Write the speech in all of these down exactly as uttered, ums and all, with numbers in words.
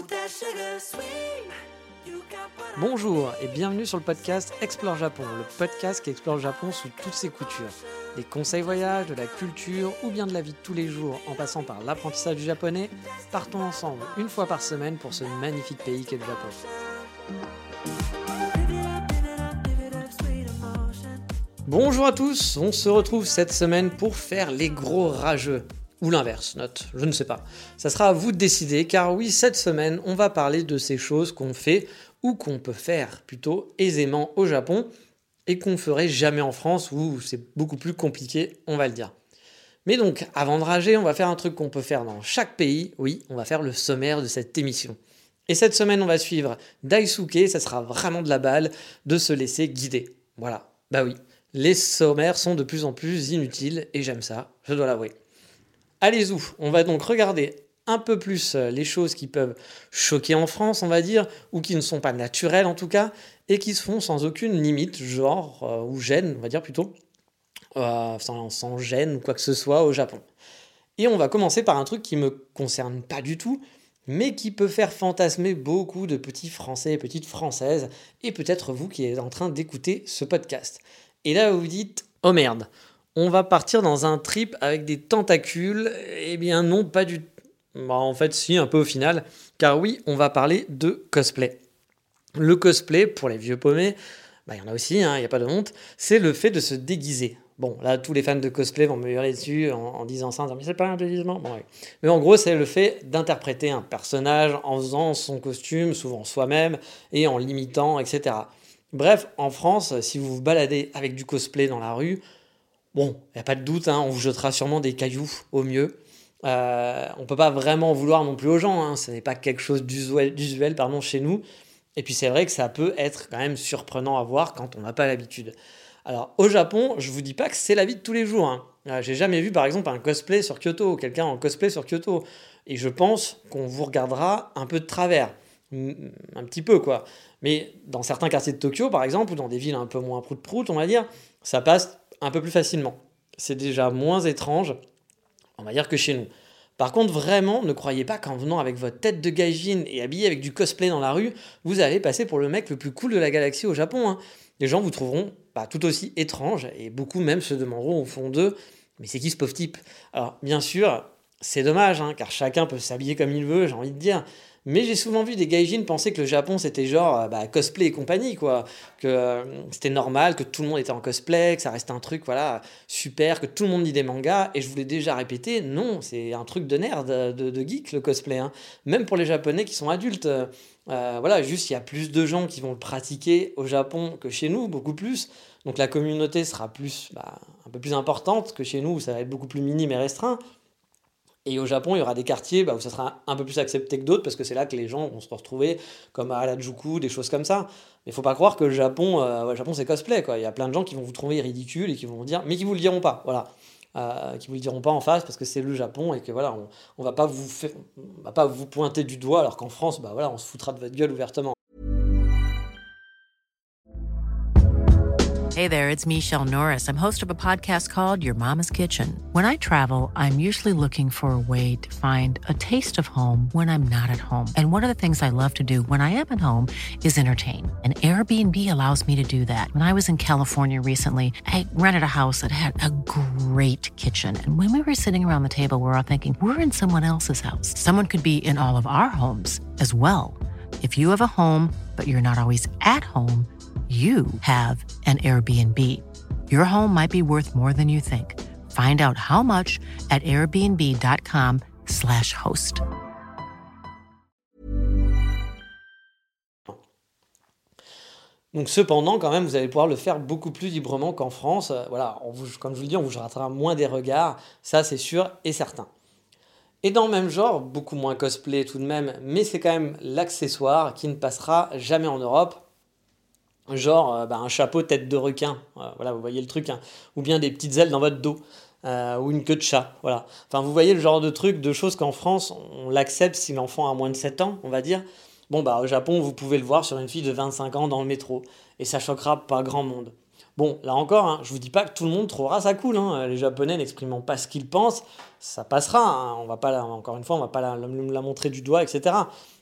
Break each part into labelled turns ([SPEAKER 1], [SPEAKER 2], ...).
[SPEAKER 1] Bonjour et bienvenue sur le podcast Explore Japon, le podcast qui explore le Japon sous toutes ses coutures. Des conseils voyages, de la culture ou bien de la vie de tous les jours en passant par l'apprentissage du japonais, partons ensemble une fois par semaine pour ce magnifique pays qu'est le Japon. Bonjour à tous, on se retrouve cette semaine pour faire les gros rageux. Ou l'inverse, note, je ne sais pas. Ça sera à vous de décider, car oui, cette semaine, on va parler de ces choses qu'on fait, ou qu'on peut faire plutôt aisément au Japon, et qu'on ferait jamais en France, où c'est beaucoup plus compliqué, on va le dire. Mais donc, avant de rager, on va faire un truc qu'on peut faire dans chaque pays, oui, on va faire le sommaire de cette émission. Et cette semaine, on va suivre Daisuke, ça sera vraiment de la balle de se laisser guider. Voilà, bah oui, les sommaires sont de plus en plus inutiles, et j'aime ça, je dois l'avouer. Allez-y, on va donc regarder un peu plus les choses qui peuvent choquer en France, on va dire, ou qui ne sont pas naturelles en tout cas, et qui se font sans aucune limite, genre, euh, ou gêne, on va dire plutôt, euh, sans, sans gêne ou quoi que ce soit au Japon. Et on va commencer par un truc qui me concerne pas du tout, mais qui peut faire fantasmer beaucoup de petits Français et petites Françaises, et peut-être vous qui êtes en train d'écouter ce podcast. Et là, vous vous dites, oh merde, on va partir dans un trip avec des tentacules. Eh bien non, pas du tout. Bah, en fait, si, un peu au final. Car oui, on va parler de cosplay. Le cosplay, pour les vieux paumés, bah, il y en a aussi, il hein, n'y a pas de honte, c'est le fait de se déguiser. Bon, là, tous les fans de cosplay vont me hurler dessus en, en disant ça, en disant, mais c'est pas un déguisement. Bon, ouais. Mais en gros, c'est le fait d'interpréter un personnage en faisant son costume, souvent soi-même, et en l'imitant, et cetera. Bref, en France, si vous vous baladez avec du cosplay dans la rue, bon, il n'y a pas de doute, hein, on vous jettera sûrement des cailloux au mieux. Euh, on ne peut pas vraiment en vouloir non plus aux gens, hein, ce n'est pas quelque chose d'usuel, d'usuel pardon, chez nous. Et puis c'est vrai que ça peut être quand même surprenant à voir quand on n'a pas l'habitude. Alors au Japon, je ne vous dis pas que c'est la vie de tous les jours. Hein. Euh, j'ai jamais vu par exemple un cosplay sur Kyoto, quelqu'un en cosplay sur Kyoto. Et je pense qu'on vous regardera un peu de travers. Un petit peu quoi. Mais dans certains quartiers de Tokyo par exemple, ou dans des villes un peu moins prout-prout, on va dire, ça passe un peu plus facilement. C'est déjà moins étrange, on va dire, que chez nous. Par contre, vraiment, ne croyez pas qu'en venant avec votre tête de gaijin et habillé avec du cosplay dans la rue, vous allez passer pour le mec le plus cool de la galaxie au Japon. Hein. Les gens vous trouveront bah, tout aussi étrange, et beaucoup même se demanderont au fond d'eux, mais c'est qui ce pauvre type ? Alors, bien sûr, c'est dommage, hein, car chacun peut s'habiller comme il veut, j'ai envie de dire. Mais j'ai souvent vu des gaijins penser que le Japon c'était genre bah, cosplay et compagnie, quoi. Que euh, c'était normal, que tout le monde était en cosplay, que ça restait un truc voilà, super, que tout le monde lit des mangas. Et je vous l'ai déjà répété, non, c'est un truc de nerd, de, de geek le cosplay. Hein. Même pour les Japonais qui sont adultes. Euh, voilà, juste il y a plus de gens qui vont le pratiquer au Japon que chez nous, beaucoup plus. Donc la communauté sera plus, bah, un peu plus importante que chez nous, où ça va être beaucoup plus minime et restreint. Et au Japon, il y aura des quartiers bah, où ça sera un peu plus accepté que d'autres, parce que c'est là que les gens vont se retrouver, comme à Harajuku, des choses comme ça. Mais il faut pas croire que le Japon, euh, ouais, le Japon c'est cosplay, quoi. Il y a plein de gens qui vont vous trouver ridicule et qui vont vous dire, mais qui vous le diront pas, voilà. Euh, qui vous le diront pas en face parce que c'est le Japon et que voilà, on, on va pas vous faire, on va pas vous pointer du doigt, alors qu'en France, bah voilà, on se foutra de votre gueule ouvertement.
[SPEAKER 2] Hey there, it's Michelle Norris. I'm host of a podcast called Your Mama's Kitchen. When I travel, I'm usually looking for a way to find a taste of home when I'm not at home. And one of the things I love to do when I am at home is entertain. And Airbnb allows me to do that. When I was in California recently, I rented a house that had a great kitchen. And when we were sitting around the table, we were all thinking, we're in someone else's house. Someone could be in all of our homes as well. If you have a home, but you're not always at home, you have an Airbnb. Your home might be worth more than you think. Find out how much at airbnb.com slash host.
[SPEAKER 1] Donc cependant, quand même, vous allez pouvoir le faire beaucoup plus librement qu'en France. Euh, voilà, on vous, comme je vous le dis, on vous jettera moins des regards, ça c'est sûr et certain. Et dans le même genre, beaucoup moins cosplay tout de même, mais c'est quand même l'accessoire qui ne passera jamais en Europe. Genre euh, bah, un chapeau tête de requin, euh, voilà, vous voyez le truc, hein. Ou bien des petites ailes dans votre dos, euh, ou une queue de chat, voilà. Enfin, vous voyez le genre de truc, de choses qu'en France, on l'accepte si l'enfant a moins de sept ans, on va dire. Bon, bah au Japon, vous pouvez le voir sur une fille de vingt-cinq ans dans le métro, et ça choquera pas grand monde. Bon, là encore, hein, je vous dis pas que tout le monde trouvera ça cool, hein. Les Japonais n'exprimant pas ce qu'ils pensent, ça passera, hein. On va pas la, encore une fois, on va pas la, la, la montrer du doigt, et cetera.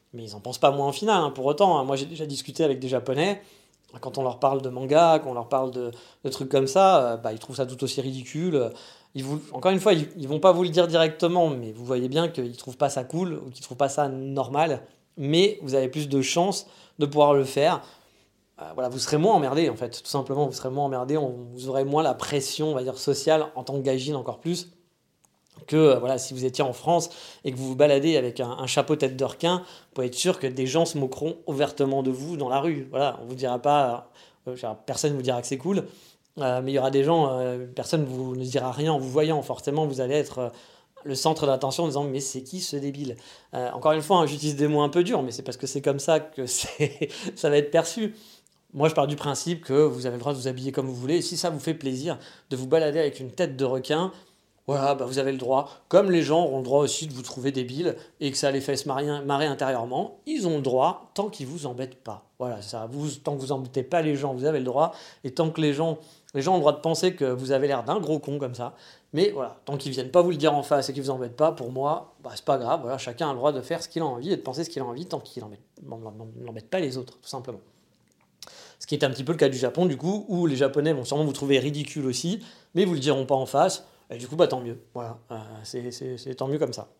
[SPEAKER 1] Mais ils en pensent pas moins en finale, hein, pour autant. Hein. Moi, j'ai déjà discuté avec des Japonais. Quand on leur parle de manga, quand on leur parle de, de trucs comme ça, euh, bah, ils trouvent ça tout aussi ridicule. Ils vous, encore une fois, ils, ils vont pas vous le dire directement, mais vous voyez bien qu'ils trouvent pas ça cool ou qu'ils trouvent pas ça normal. Mais vous avez plus de chances de pouvoir le faire. Euh, voilà, vous serez moins emmerdé en fait, tout simplement. Vous serez moins emmerdé, on- vous aurez moins la pression, on va dire sociale en tant que gaijin encore plus que euh, voilà, si vous étiez en France et que vous vous baladez avec un, un chapeau tête de requin, vous pouvez être sûr que des gens se moqueront ouvertement de vous dans la rue. Voilà, on vous dira pas, euh, genre, personne ne vous dira que c'est cool, euh, mais il y aura des gens, euh, personne ne vous ne dira rien en vous voyant. Forcément, vous allez être euh, le centre d'attention en disant mais c'est qui ce débile. Euh, encore une fois, hein, j'utilise des mots un peu durs, mais c'est parce que c'est comme ça que c'est, ça va être perçu. Moi, je pars du principe que vous avez le droit de vous habiller comme vous voulez, et si ça vous fait plaisir de vous balader avec une tête de requin, voilà, bah vous avez le droit. Comme les gens auront le droit aussi de vous trouver débile et que ça les fait se marrer, marrer intérieurement, ils ont le droit tant qu'ils vous embêtent pas. Voilà, ça, vous, tant que vous embêtez pas les gens, vous avez le droit. Et tant que les gens, les gens ont le droit de penser que vous avez l'air d'un gros con comme ça. Mais voilà, tant qu'ils viennent pas vous le dire en face et qu'ils vous embêtent pas, pour moi, bah c'est pas grave. Voilà, chacun a le droit de faire ce qu'il a envie et de penser ce qu'il a envie tant qu'il n'embête pas les autres, tout simplement. Ce qui est un petit peu le cas du Japon, du coup, où les Japonais vont sûrement vous trouver ridicule aussi, mais vous le diront pas en face. Et du coup, bah tant mieux. Voilà, euh, c'est, c'est, c'est tant mieux comme ça.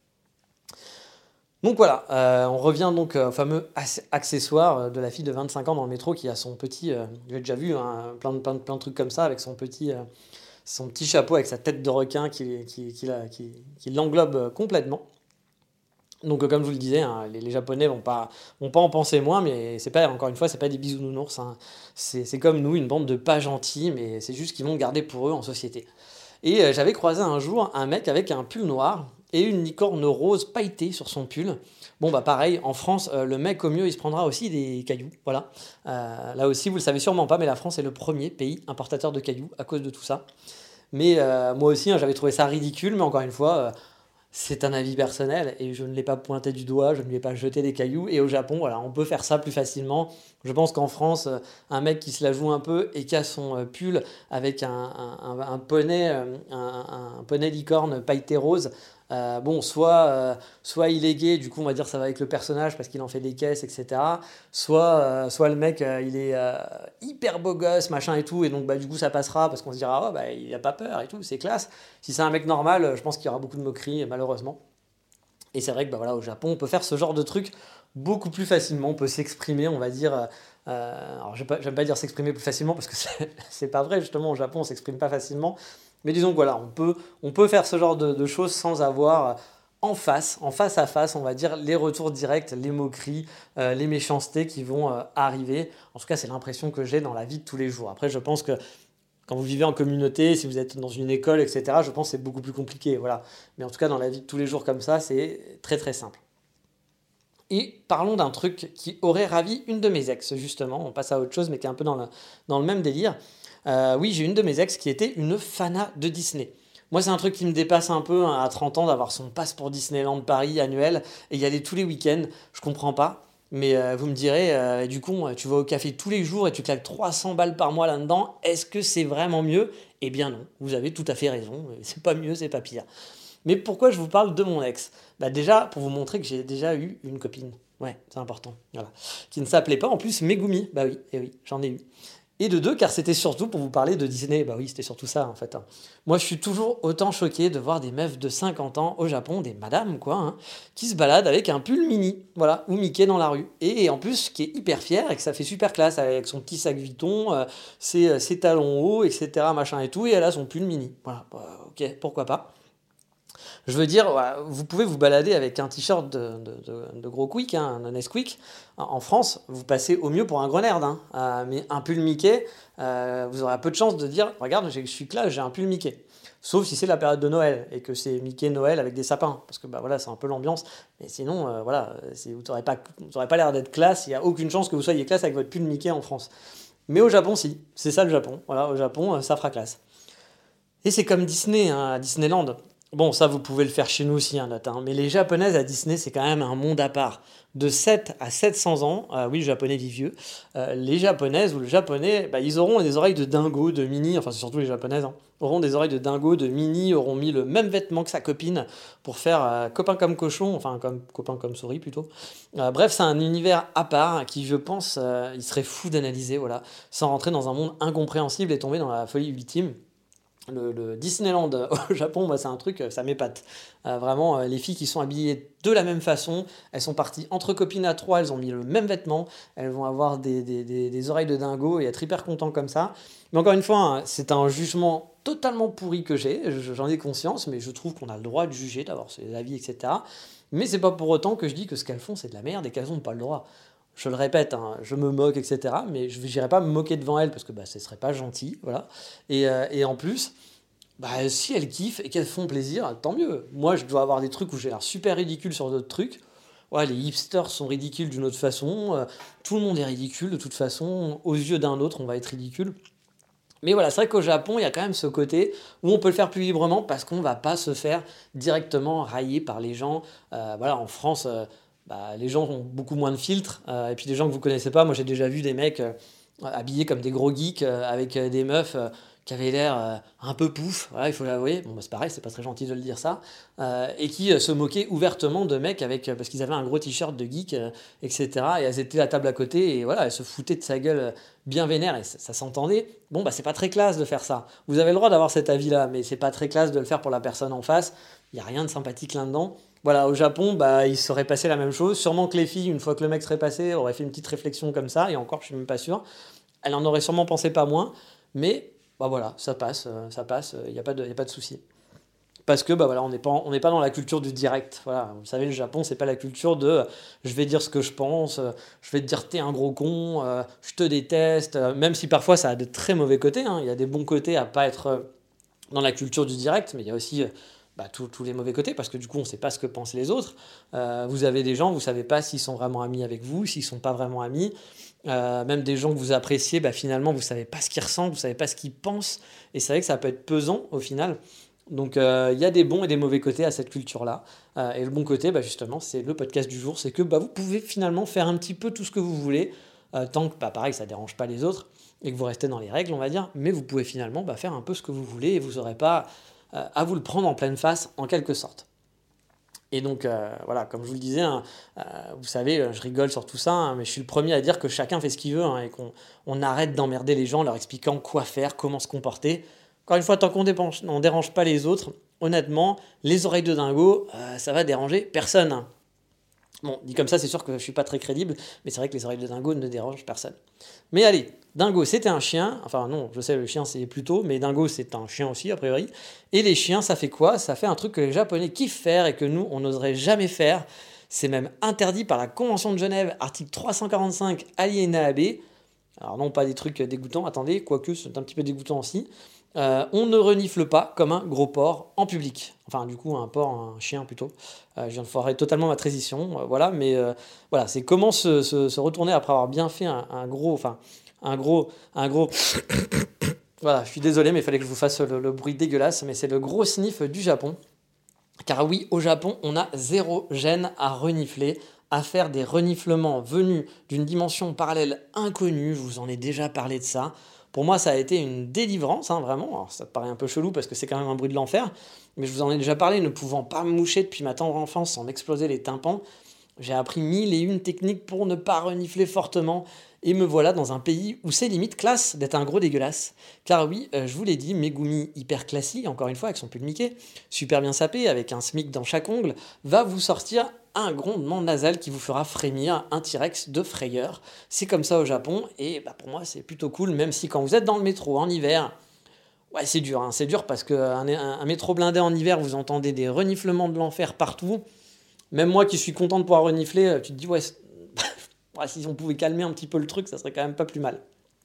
[SPEAKER 1] Donc voilà, euh, on revient donc euh, au fameux accessoire de la fille de vingt-cinq ans dans le métro qui a son petit, euh, j'ai déjà vu hein, plein, de, plein, de, plein de trucs comme ça avec son petit, euh, son petit chapeau avec sa tête de requin qui, qui, qui, la, qui, qui l'englobe complètement. Donc euh, comme je vous le disais, hein, les, les Japonais vont pas, vont pas en penser moins, mais c'est pas, encore une fois, c'est pas des bisounours. Hein. C'est, c'est comme nous, une bande de pas gentils, mais c'est juste qu'ils vont le garder pour eux en société. Et euh, j'avais croisé un jour un mec avec un pull noir et une licorne rose pailletée sur son pull. Bon bah pareil, en France, euh, le mec au mieux il se prendra aussi des cailloux, voilà. Euh, là aussi, vous le savez sûrement pas, mais la France est le premier pays importateur de cailloux à cause de tout ça. Mais euh, moi aussi, hein, j'avais trouvé ça ridicule, mais encore une fois, euh, c'est un avis personnel et je ne l'ai pas pointé du doigt, je ne lui ai pas jeté des cailloux. Et au Japon, voilà, on peut faire ça plus facilement. Je pense qu'en France, euh, un mec qui se la joue un peu et qui a son euh, pull avec un, un, un, un poney, euh, un, un poney licorne pailleté rose, euh, bon, soit, euh, soit il est gay, du coup on va dire ça va avec le personnage parce qu'il en fait des caisses, et cetera. Soit, euh, soit le mec euh, il est euh, hyper beau gosse, machin et tout, et donc bah, du coup ça passera parce qu'on se dira oh, bah, il a pas peur et tout, c'est classe. Si c'est un mec normal, je pense qu'il y aura beaucoup de moqueries, malheureusement. Et c'est vrai que bah, voilà, au Japon, on peut faire ce genre de truc beaucoup plus facilement, on peut s'exprimer, on va dire. Euh, alors, je n'aime pas dire s'exprimer plus facilement parce que c'est, c'est pas vrai, justement, au Japon, on s'exprime pas facilement. Mais disons que voilà, on peut, on peut faire ce genre de, de choses sans avoir en face, en face à face, on va dire, les retours directs, les moqueries, euh, les méchancetés qui vont euh, arriver. En tout cas, c'est l'impression que j'ai dans la vie de tous les jours. Après, je pense que quand vous vivez en communauté, si vous êtes dans une école, et cetera, je pense que c'est beaucoup plus compliqué. Voilà. Mais en tout cas, dans la vie de tous les jours comme ça, c'est très très simple. Et parlons d'un truc qui aurait ravi une de mes ex, justement. On passe à autre chose, mais qui est un peu dans le, dans le même délire. Euh, oui, j'ai une de mes ex qui était une fana de Disney. Moi, c'est un truc qui me dépasse un peu hein, à trente ans d'avoir son passe pour Disneyland Paris annuel et y aller tous les week-ends. Je comprends pas. Mais euh, vous me direz, euh, du coup, tu vas au café tous les jours et tu claques trois cents balles par mois là-dedans. Est-ce que c'est vraiment mieux ? Eh bien non, vous avez tout à fait raison. C'est pas mieux, c'est pas pire. Mais pourquoi je vous parle de mon ex ? Bah déjà, pour vous montrer que j'ai déjà eu une copine. Ouais, c'est important. Voilà. Qui ne s'appelait pas en plus Megumi. Bah oui, et oui, j'en ai eu. Et de deux, car c'était surtout pour vous parler de Disney. Bah oui, c'était surtout ça, en fait. Moi, je suis toujours autant choqué de voir des meufs de cinquante ans au Japon, des madames, quoi, hein, qui se baladent avec un pull mini, voilà, ou Mickey dans la rue. Et en plus, qui est hyper fier et que ça fait super classe, avec son petit sac Vuitton, euh, ses, ses talons hauts, et cetera, machin et tout, et elle a son pull mini. Voilà, bah, ok, pourquoi pas. Je veux dire, vous pouvez vous balader avec un t-shirt de, de, de, de gros quick, hein, un Nesquik. En France, vous passez au mieux pour un gros nerd. Hein. Euh, mais un pull Mickey, euh, vous aurez peu de chance de dire « Regarde, je suis classe, j'ai un pull Mickey ». Sauf si c'est la période de Noël et que c'est Mickey Noël avec des sapins. Parce que bah, voilà, c'est un peu l'ambiance. Mais sinon, euh, voilà, c'est, vous n'aurez pas, pas l'air d'être classe. Il n'y a aucune chance que vous soyez classe avec votre pull Mickey en France. Mais au Japon, si. C'est ça le Japon. Voilà, au Japon, ça fera classe. Et c'est comme Disney, hein, à Disneyland. Bon, ça, vous pouvez le faire chez nous aussi, hein, Nat, hein, mais les japonaises à Disney, c'est quand même un monde à part. De sept à sept cents ans, euh, oui, le japonais dit vieux, euh, les japonaises ou le japonais, bah, ils auront des oreilles de dingo, de mini, enfin, c'est surtout les japonaises, hein, auront des oreilles de dingo, de mini, auront mis le même vêtement que sa copine pour faire euh, copain comme cochon, enfin, comme copain comme souris plutôt. Euh, bref, c'est un univers à part qui, je pense, euh, il serait fou d'analyser, voilà, sans rentrer dans un monde incompréhensible et tomber dans la folie ultime. Le, le Disneyland au Japon, moi, c'est un truc, ça m'épate. Euh, vraiment, euh, les filles qui sont habillées de la même façon, elles sont parties entre copines à trois, elles ont mis le même vêtement, elles vont avoir des, des, des, des oreilles de dingo et être hyper contents comme ça. Mais encore une fois, hein, c'est un jugement totalement pourri que j'ai, j'en ai conscience, mais je trouve qu'on a le droit de juger, d'avoir ses avis, et cetera. Mais c'est pas pour autant que je dis que ce qu'elles font, c'est de la merde et qu'elles n'ont pas le droit. Je le répète, hein, je me moque, et cetera. Mais je n'irai pas me moquer devant elles parce que bah, ce ne serait pas gentil. Voilà. Et, euh, et en plus, bah, si elles kiffent et qu'elles font plaisir, tant mieux. Moi, je dois avoir des trucs où j'ai l'air super ridicule sur d'autres trucs. Ouais, les hipsters sont ridicules d'une autre façon. Euh, tout le monde est ridicule de toute façon. Aux yeux d'un autre, on va être ridicule. Mais voilà, c'est vrai qu'au Japon, il y a quand même ce côté où on peut le faire plus librement parce qu'on ne va pas se faire directement railler par les gens. Euh, voilà, en France, euh, bah, les gens ont beaucoup moins de filtres. Euh, et puis des gens que vous ne connaissez pas, moi j'ai déjà vu des mecs euh, habillés comme des gros geeks euh, avec euh, des meufs euh, qui avaient l'air euh, un peu pouf, voilà, il faut l'avouer. Bon, bah, c'est pareil, c'est pas très gentil de le dire ça. Euh, et qui euh, se moquaient ouvertement de mecs avec, euh, parce qu'ils avaient un gros t-shirt de geek, euh, et cetera. Et elles étaient à table à côté et voilà, elles se foutaient de sa gueule. Euh, bien vénère et ça, ça s'entendait. Bon, bah c'est pas très classe de faire ça. Vous avez le droit d'avoir cet avis-là, mais c'est pas très classe de le faire pour la personne en face. Il y a rien de sympathique là-dedans. Voilà, au Japon, bah il serait passé la même chose. Sûrement que les filles, une fois que le mec serait passé, auraient fait une petite réflexion comme ça. Et encore, je suis même pas sûr. Elle en aurait sûrement pensé pas moins. Mais bah voilà, ça passe, euh, ça passe. Il n'y a pas de, y a pas de souci. Parce que bah voilà, on n'est pas, on n'est pas dans la culture du direct. Voilà, vous savez, le Japon, c'est pas la culture de euh, je vais dire ce que je pense, euh, je vais te dire t'es un gros con, euh, je te déteste. Euh, même si parfois ça a de très mauvais côtés, hein. Il y a des bons côtés à pas être euh, dans la culture du direct, mais il y a aussi euh, bah, tous les mauvais côtés parce que du coup on ne sait pas ce que pensent les autres. Euh, vous avez des gens, vous savez pas s'ils sont vraiment amis avec vous, s'ils sont pas vraiment amis. Euh, même des gens que vous appréciez, bah, finalement vous savez pas ce qu'ils ressentent, vous savez pas ce qu'ils pensent, et c'est vrai que ça peut être pesant au final. Donc il euh, y a des bons et des mauvais côtés à cette culture-là. Euh, et le bon côté, bah, justement, c'est le podcast du jour, c'est que bah, vous pouvez finalement faire un petit peu tout ce que vous voulez, euh, tant que, bah, pareil, ça ne dérange pas les autres, et que vous restez dans les règles, on va dire, mais vous pouvez finalement bah, faire un peu ce que vous voulez, et vous n'aurez pas euh, à vous le prendre en pleine face, en quelque sorte. Et donc, euh, voilà, comme je vous le disais, hein, euh, vous savez, je rigole sur tout ça, hein, mais je suis le premier à dire que chacun fait ce qu'il veut, hein, et qu'on on arrête d'emmerder les gens en leur expliquant quoi faire, comment se comporter. Encore une fois, tant qu'on ne dérange pas les autres, honnêtement, les oreilles de dingo, euh, ça va déranger personne. Bon, dit comme ça, c'est sûr que je ne suis pas très crédible, mais c'est vrai que les oreilles de dingo ne dérangent personne. Mais allez, dingo, c'était un chien. Enfin non, je sais, le chien c'est plutôt, mais dingo c'est un chien aussi, a priori. Et les chiens, ça fait quoi? Ça fait un truc que les Japonais kiffent faire et que nous, on n'oserait jamais faire. C'est même interdit par la Convention de Genève, article trois cent quarante-cinq, alinéa B. Alors non, pas des trucs dégoûtants, attendez, quoique c'est un petit peu dégoûtant aussi. Euh, on ne renifle pas comme un gros porc en public. Enfin, du coup, un porc, un chien plutôt. Euh, je viens de foirer totalement ma transition, euh, voilà. Mais euh, voilà, c'est comment se, se, se retourner après avoir bien fait un, un gros, enfin, un gros, un gros. Voilà, je suis désolé, mais il fallait que je vous fasse le, le bruit dégueulasse. Mais c'est le gros sniff du Japon. Car oui, au Japon, on a zéro gêne à renifler, à faire des reniflements venus d'une dimension parallèle inconnue. Je vous en ai déjà parlé de ça. Pour moi, ça a été une délivrance, hein, vraiment. Alors, ça te paraît un peu chelou parce que c'est quand même un bruit de l'enfer, mais je vous en ai déjà parlé, ne pouvant pas me moucher depuis ma tendre enfance sans m'exploser les tympans. J'ai appris mille et une techniques pour ne pas renifler fortement, et me voilà dans un pays où c'est limite classe d'être un gros dégueulasse. Car oui, euh, je vous l'ai dit, Megumi hyper classique, encore une fois avec son pull Mickey, super bien sapé, avec un smic dans chaque ongle, va vous sortir un grondement nasal qui vous fera frémir, un T-Rex de frayeur. C'est comme ça au Japon, et bah, pour moi c'est plutôt cool, même si quand vous êtes dans le métro en hiver, ouais c'est dur, hein, c'est dur parce qu'un un, un métro blindé en hiver, vous entendez des reniflements de l'enfer partout. Même moi qui suis content de pouvoir renifler, tu te dis ouais, ouais si on pouvait calmer un petit peu le truc, ça serait quand même pas plus mal.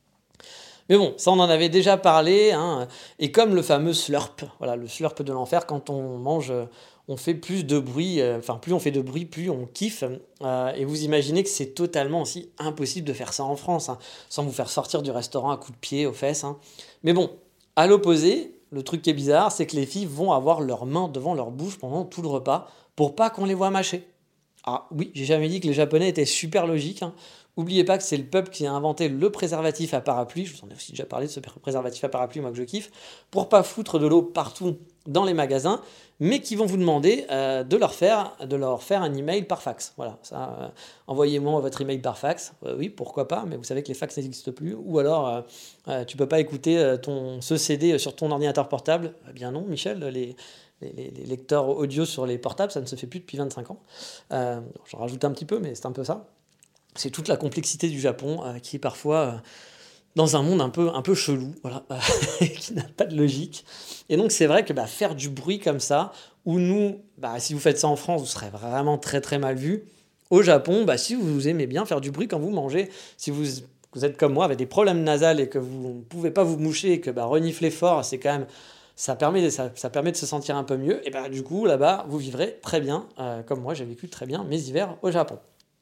[SPEAKER 1] Mais bon, ça on en avait déjà parlé, hein, et comme le fameux slurp, voilà, le slurp de l'enfer, quand on mange, on fait plus de bruit, euh, enfin plus on fait de bruit, plus on kiffe, euh, et vous imaginez que c'est totalement aussi impossible de faire ça en France, hein, sans vous faire sortir du restaurant à coups de pied aux fesses. Hein. Mais bon, à l'opposé, le truc qui est bizarre, c'est que les filles vont avoir leurs mains devant leur bouche pendant tout le repas pour pas qu'on les voit mâcher. Ah oui, j'ai jamais dit que les Japonais étaient super logiques, hein. Oubliez pas que c'est le peuple qui a inventé le préservatif à parapluie, je vous en ai aussi déjà parlé de ce préservatif à parapluie, moi que je kiffe, pour pas foutre de l'eau partout dans les magasins, mais qui vont vous demander euh, de, leur faire, de leur faire un email par fax. Voilà, ça, euh, envoyez-moi votre email par fax. Euh, oui, pourquoi pas, mais vous savez que les fax n'existent plus. Ou alors, euh, euh, tu peux pas écouter euh, ton, ce C D sur ton ordinateur portable. Eh bien non, Michel, les... Les, les, les lecteurs audio sur les portables, ça ne se fait plus depuis vingt-cinq ans. Euh, j'en rajoute un petit peu, mais c'est un peu ça. C'est toute la complexité du Japon euh, qui est parfois euh, dans un monde un peu, un peu chelou, voilà, euh, qui n'a pas de logique. Et donc c'est vrai que bah, faire du bruit comme ça, où nous, bah, si vous faites ça en France, vous serez vraiment très très mal vu. Au Japon, bah, si vous aimez bien faire du bruit quand vous mangez, si vous, vous êtes comme moi avec des problèmes nasales et que vous ne pouvez pas vous moucher et que bah, renifler fort, c'est quand même... Ça permet, ça, ça permet de se sentir un peu mieux, et ben du coup, là-bas, vous vivrez très bien, euh, comme moi, j'ai vécu très bien mes hivers au Japon.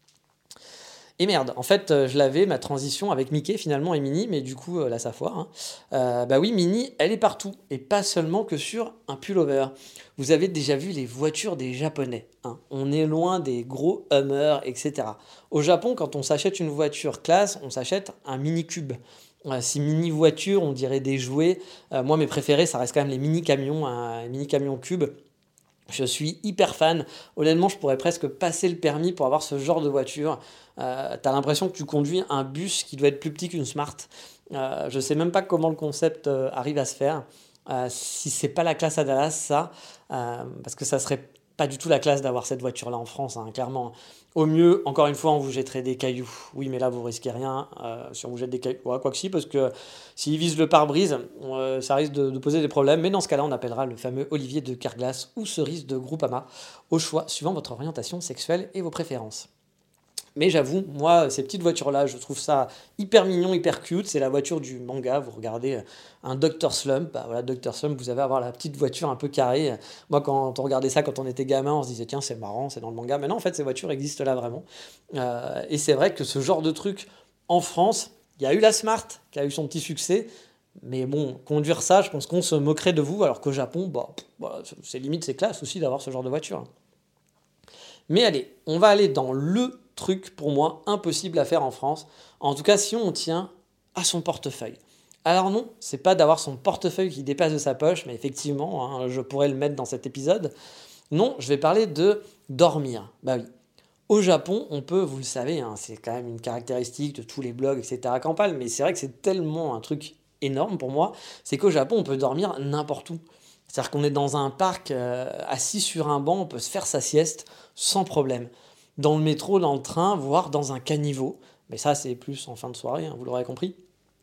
[SPEAKER 1] Et merde, en fait, euh, je l'avais, ma transition avec Mickey, finalement, et Minnie, mais du coup, euh, là, ça foire. Hein. Euh, bah oui, Minnie, elle est partout, et pas seulement que sur un pullover. Vous avez déjà vu les voitures des Japonais. Hein. On est loin des gros Hummer, et cetera. Au Japon, quand on s'achète une voiture classe, on s'achète un mini-cube. Euh, si mini-voiture, on dirait des jouets. Euh, moi, mes préférés, ça reste quand même les mini-camions, hein, mini-camions cubes. Je suis hyper fan. Honnêtement, je pourrais presque passer le permis pour avoir ce genre de voiture. Euh, t'as l'impression que tu conduis un bus qui doit être plus petit qu'une Smart. Euh, je sais même pas comment le concept euh, arrive à se faire. Euh, si c'est pas la classe à Dallas, ça, euh, parce que ça serait pas du tout la classe d'avoir cette voiture-là en France, hein, clairement. Au mieux, encore une fois, on vous jetterait des cailloux. Oui, mais là, vous risquez rien euh, si on vous jette des cailloux. Ouais, quoi que si, parce que s'ils visent le pare-brise, euh, ça risque de, de poser des problèmes. Mais dans ce cas-là, on appellera le fameux Olivier de Carglass ou Cerise de Groupama, au choix, suivant votre orientation sexuelle et vos préférences. Mais j'avoue, moi, ces petites voitures-là, je trouve ça hyper mignon, hyper cute. C'est la voiture du manga. Vous regardez un docteur Slump. Bah voilà, docteur Slump, vous avez à avoir la petite voiture un peu carrée. Moi, quand on regardait ça quand on était gamin, on se disait, tiens, c'est marrant, c'est dans le manga. Mais non, en fait, ces voitures existent là vraiment. Euh, et c'est vrai que ce genre de truc, en France, il y a eu la Smart qui a eu son petit succès. Mais bon, conduire ça, je pense qu'on se moquerait de vous. Alors qu'au Japon, bah, bah, c'est limite, c'est classe aussi d'avoir ce genre de voiture. Mais allez, on va aller dans le truc, pour moi, impossible à faire en France. En tout cas, si on tient à son portefeuille. Alors non, c'est pas d'avoir son portefeuille qui dépasse de sa poche, mais effectivement, hein, je pourrais le mettre dans cet épisode. Non, je vais parler de dormir. Bah oui. Au Japon, on peut, vous le savez, hein, c'est quand même une caractéristique de tous les blogs, et cetera qu'en parlent, mais c'est vrai que c'est tellement un truc énorme pour moi, c'est qu'au Japon, on peut dormir n'importe où. C'est-à-dire qu'on est dans un parc, euh, assis sur un banc, on peut se faire sa sieste sans problème. Dans le métro, dans le train, voire dans un caniveau. Mais ça, c'est plus en fin de soirée, hein, vous l'aurez compris.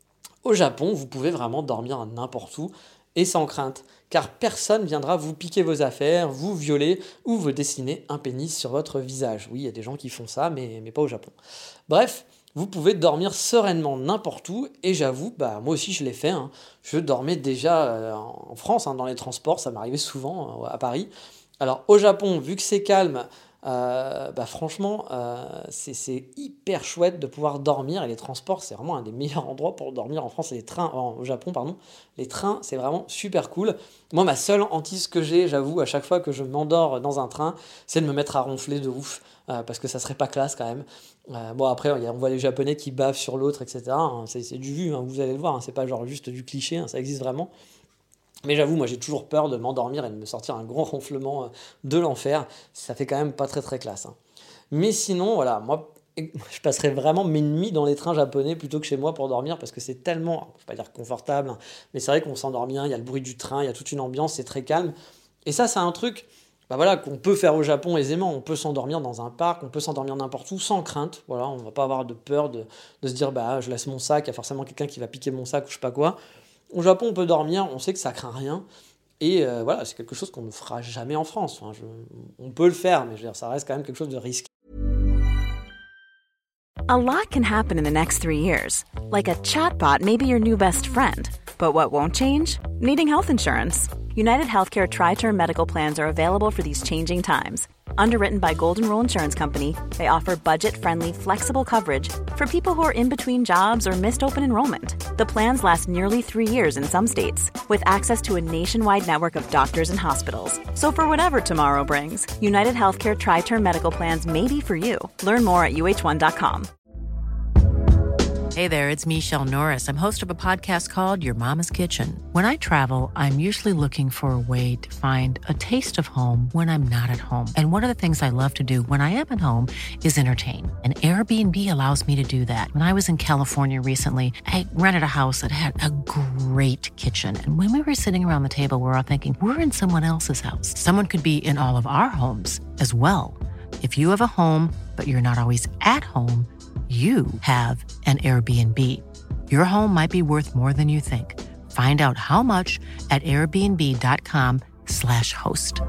[SPEAKER 1] Au Japon, vous pouvez vraiment dormir n'importe où et sans crainte, car personne viendra vous piquer vos affaires, vous violer ou vous dessiner un pénis sur votre visage. Oui, il y a des gens qui font ça, mais, mais pas au Japon. Bref, vous pouvez dormir sereinement n'importe où, et j'avoue, bah, moi aussi je l'ai fait. Hein. Je dormais déjà euh, en France, hein, dans les transports, ça m'arrivait souvent euh, à Paris. Alors au Japon, vu que c'est calme, Euh, bah franchement, euh, c'est, c'est hyper chouette de pouvoir dormir, et les transports, c'est vraiment un des meilleurs endroits pour dormir en France, et les trains, oh, au Japon, pardon, les trains, c'est vraiment super cool. Moi, ma seule hantise que j'ai, j'avoue, à chaque fois que je m'endors dans un train, c'est de me mettre à ronfler de ouf, euh, parce que ça serait pas classe quand même. Euh, bon, après, on voit les Japonais qui bavent sur l'autre, et cetera. Hein, c'est, c'est du vu, hein, vous allez le voir, hein, c'est pas genre juste du cliché, hein, ça existe vraiment. Mais j'avoue, moi j'ai toujours peur de m'endormir et de me sortir un grand ronflement de l'enfer. Ça fait quand même pas très très classe. Hein. Mais sinon, voilà, moi je passerais vraiment mes nuits dans les trains japonais plutôt que chez moi pour dormir, parce que c'est tellement, je ne vais pas dire confortable, hein, mais c'est vrai qu'on s'endort bien, il y a le bruit du train, il y a toute une ambiance, c'est très calme. Et ça, c'est un truc bah voilà, qu'on peut faire au Japon aisément. On peut s'endormir dans un parc, on peut s'endormir n'importe où sans crainte. Voilà, on ne va pas avoir de peur de, de se dire bah, je laisse mon sac, il y a forcément quelqu'un qui va piquer mon sac ou je sais pas quoi. Au Japon, on peut dormir, on sait que ça craint rien. Et euh, voilà, c'est quelque chose qu'on ne fera jamais en France. Enfin, je, on peut le faire, mais je veux dire, ça reste quand même quelque chose de risqué.
[SPEAKER 3] A lot can happen in the next three years. Like a chatbot may be your new best friend. But what won't change? Needing health insurance. United Healthcare Tri-Term Medical Plans are available for these changing times. Underwritten by Golden Rule Insurance Company, they offer budget-friendly, flexible coverage for people who are in between jobs or missed open enrollment. The plans last nearly three years in some states, with access to a nationwide network of doctors and hospitals. So for whatever tomorrow brings, United Healthcare Tri-Term Medical Plans may be for you. Learn more at U H one dot com.
[SPEAKER 2] Hey there, it's Michelle Norris. I'm host of a podcast called Your Mama's Kitchen. When I travel, I'm usually looking for a way to find a taste of home when I'm not at home. And one of the things I love to do when I am at home is entertain. And Airbnb allows me to do that. When I was in California recently, I rented a house that had a great kitchen. And when we were sitting around the table, we were all thinking, we're in someone else's house. Someone could be in all of our homes as well. If you have a home, but you're not always at home, you have an Airbnb. Your home might be worth more than you think. Find out how much at airbnb.com slash host.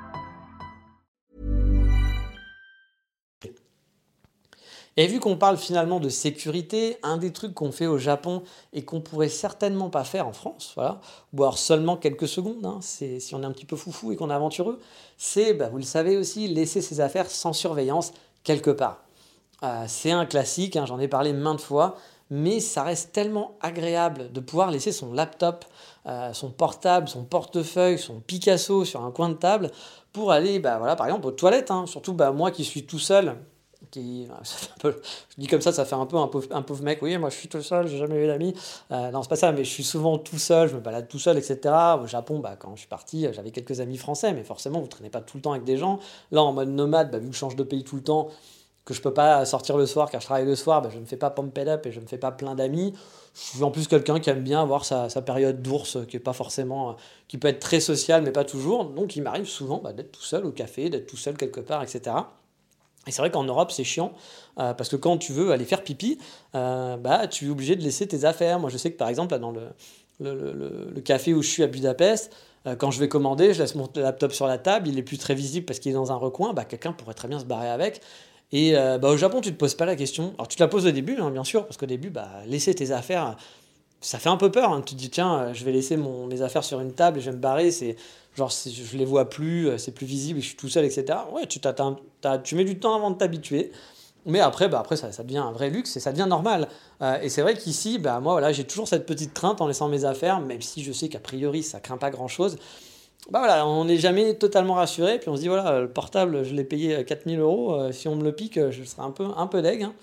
[SPEAKER 1] Et vu qu'on parle finalement de sécurité, un des trucs qu'on fait au Japon et qu'on pourrait certainement pas faire en France, voilà, ou alors seulement quelques secondes, hein, c'est, si on est un petit peu foufou et qu'on est aventureux, c'est, bah, vous le savez aussi, laisser ses affaires sans surveillance quelque part. Euh, c'est un classique, hein, j'en ai parlé maintes fois, mais ça reste tellement agréable de pouvoir laisser son laptop, euh, son portable, son portefeuille, son Picasso sur un coin de table pour aller, bah, voilà, par exemple, aux toilettes. Hein, surtout bah, moi qui suis tout seul, qui, ça fait un peu, je dis comme ça, ça fait un peu un pauvre, un pauvre mec, oui, moi je suis tout seul, j'ai jamais eu d'amis. Euh, non, c'est pas ça, mais je suis souvent tout seul, je me balade tout seul, et cetera. Au Japon, bah, quand je suis parti, j'avais quelques amis français, mais forcément, vous traînez pas tout le temps avec des gens. Là, en mode nomade, bah, vu que je change de pays tout le temps, que je peux pas sortir le soir car je travaille le soir, bah je ne fais pas pump it up et je ne fais pas plein d'amis. Je suis en plus quelqu'un qui aime bien avoir sa, sa période d'ours, qui est pas forcément, qui peut être très social mais pas toujours. Donc il m'arrive souvent bah, d'être tout seul au café, d'être tout seul quelque part, et cetera. Et c'est vrai qu'en Europe c'est chiant euh, parce que quand tu veux aller faire pipi, euh, bah tu es obligé de laisser tes affaires. Moi je sais que par exemple là, dans le, le, le, le café où je suis à Budapest, euh, quand je vais commander, je laisse mon laptop sur la table, il est plus très visible parce qu'il est dans un recoin. Bah quelqu'un pourrait très bien se barrer avec. Et euh, bah, au Japon, tu ne te poses pas la question. Alors, tu te la poses au début, hein, bien sûr, parce qu'au début, bah, laisser tes affaires, ça fait un peu peur. Hein. Tu te dis, tiens, je vais laisser mon, mes affaires sur une table et je vais me barrer. C'est, genre, c'est, je ne les vois plus, c'est plus visible, je suis tout seul, et cetera. Ouais, tu, t'as, t'as, tu mets du temps avant de t'habituer. Mais après, bah, après ça, ça devient un vrai luxe et ça devient normal. Euh, et c'est vrai qu'ici, bah, moi, voilà, j'ai toujours cette petite crainte en laissant mes affaires, même si je sais qu'a priori, ça ne craint pas grand-chose. Bah voilà, on n'est jamais totalement rassuré, puis on se dit voilà, le portable, je l'ai payé quatre mille euros, euh, si on me le pique, je serai un peu, un peu deg. Hein.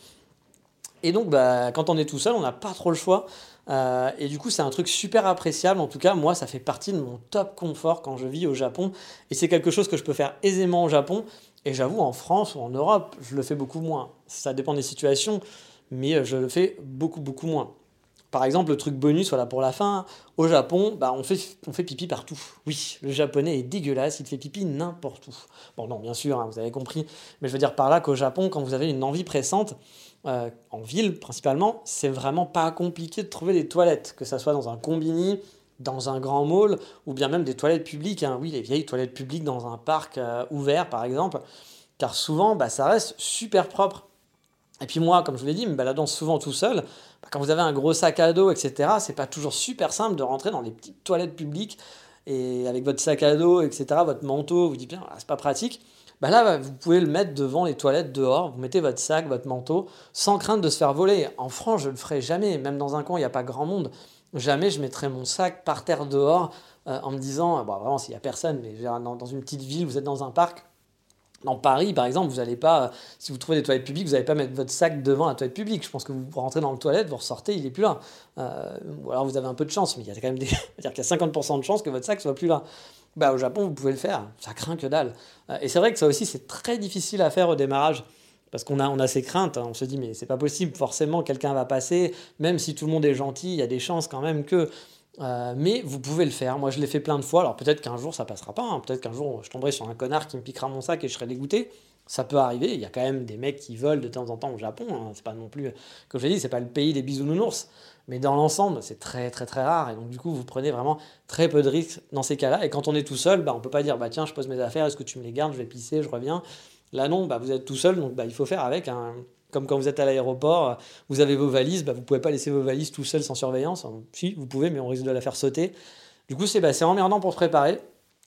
[SPEAKER 1] Et donc, bah, quand on est tout seul, on n'a pas trop le choix. Euh, et du coup, c'est un truc super appréciable. En tout cas, moi, ça fait partie de mon top confort quand je vis au Japon. Et c'est quelque chose que je peux faire aisément au Japon. Et j'avoue, en France ou en Europe, je le fais beaucoup moins. Ça dépend des situations, mais je le fais beaucoup, beaucoup moins. Par exemple, le truc bonus, voilà, pour la fin, au Japon, bah, on fait, on fait pipi partout. Oui, le japonais est dégueulasse, il fait pipi n'importe où. Bon, non, bien sûr, hein, vous avez compris, mais je veux dire par là qu'au Japon, quand vous avez une envie pressante, euh, en ville principalement, c'est vraiment pas compliqué de trouver des toilettes, que ça soit dans un combini, dans un grand mall, ou bien même des toilettes publiques. Hein. Oui, les vieilles toilettes publiques dans un parc euh, ouvert, par exemple, car souvent, bah, ça reste super propre. Et puis moi, comme je vous l'ai dit, me baladant souvent tout seul, bah quand vous avez un gros sac à dos, et cetera, c'est pas toujours super simple de rentrer dans les petites toilettes publiques et avec votre sac à dos, et cetera, votre manteau, vous dites bien, ah, c'est pas pratique. Bah là, vous pouvez le mettre devant les toilettes dehors, vous mettez votre sac, votre manteau, sans crainte de se faire voler. En France, je le ferai jamais, même dans un coin, il n'y a pas grand monde. Jamais je mettrai mon sac par terre dehors euh, en me disant, bon, vraiment, s'il n'y a personne, mais dans, dans une petite ville, vous êtes dans un parc. Dans Paris, par exemple, vous allez pas, si vous trouvez des toilettes publiques, vous n'allez pas mettre votre sac devant la toilette publique. Je pense que vous rentrez dans le toilette, vous ressortez, il n'est plus là. Euh, ou alors vous avez un peu de chance, mais il y a quand même des, c'est-à-dire qu'il y a cinquante pour cent de chances que votre sac soit plus là. Bah, au Japon, vous pouvez le faire, ça craint que dalle. Euh, et c'est vrai que ça aussi, c'est très difficile à faire au démarrage. Parce qu'on a, on a ces craintes, hein. On se dit mais c'est pas possible, forcément quelqu'un va passer, même si tout le monde est gentil, il y a des chances quand même que... Euh, mais vous pouvez le faire, moi je l'ai fait plein de fois, alors peut-être qu'un jour ça passera pas, hein. Peut-être qu'un jour je tomberai sur un connard qui me piquera mon sac et je serai dégoûté, ça peut arriver, il y a quand même des mecs qui volent de temps en temps au Japon, hein. C'est pas non plus, comme je l'ai dit, c'est pas le pays des bisounours, mais dans l'ensemble c'est très très très rare, et donc du coup vous prenez vraiment très peu de risques dans ces cas-là, et quand on est tout seul, bah, on peut pas dire bah tiens je pose mes affaires, est-ce que tu me les gardes, je vais pisser, je reviens, là non, bah, vous êtes tout seul, donc bah, il faut faire avec, hein. Comme quand vous êtes à l'aéroport, vous avez vos valises, bah vous ne pouvez pas laisser vos valises tout seul sans surveillance. Si, vous pouvez, mais on risque de la faire sauter. Du coup, c'est, bah, c'est emmerdant pour se préparer.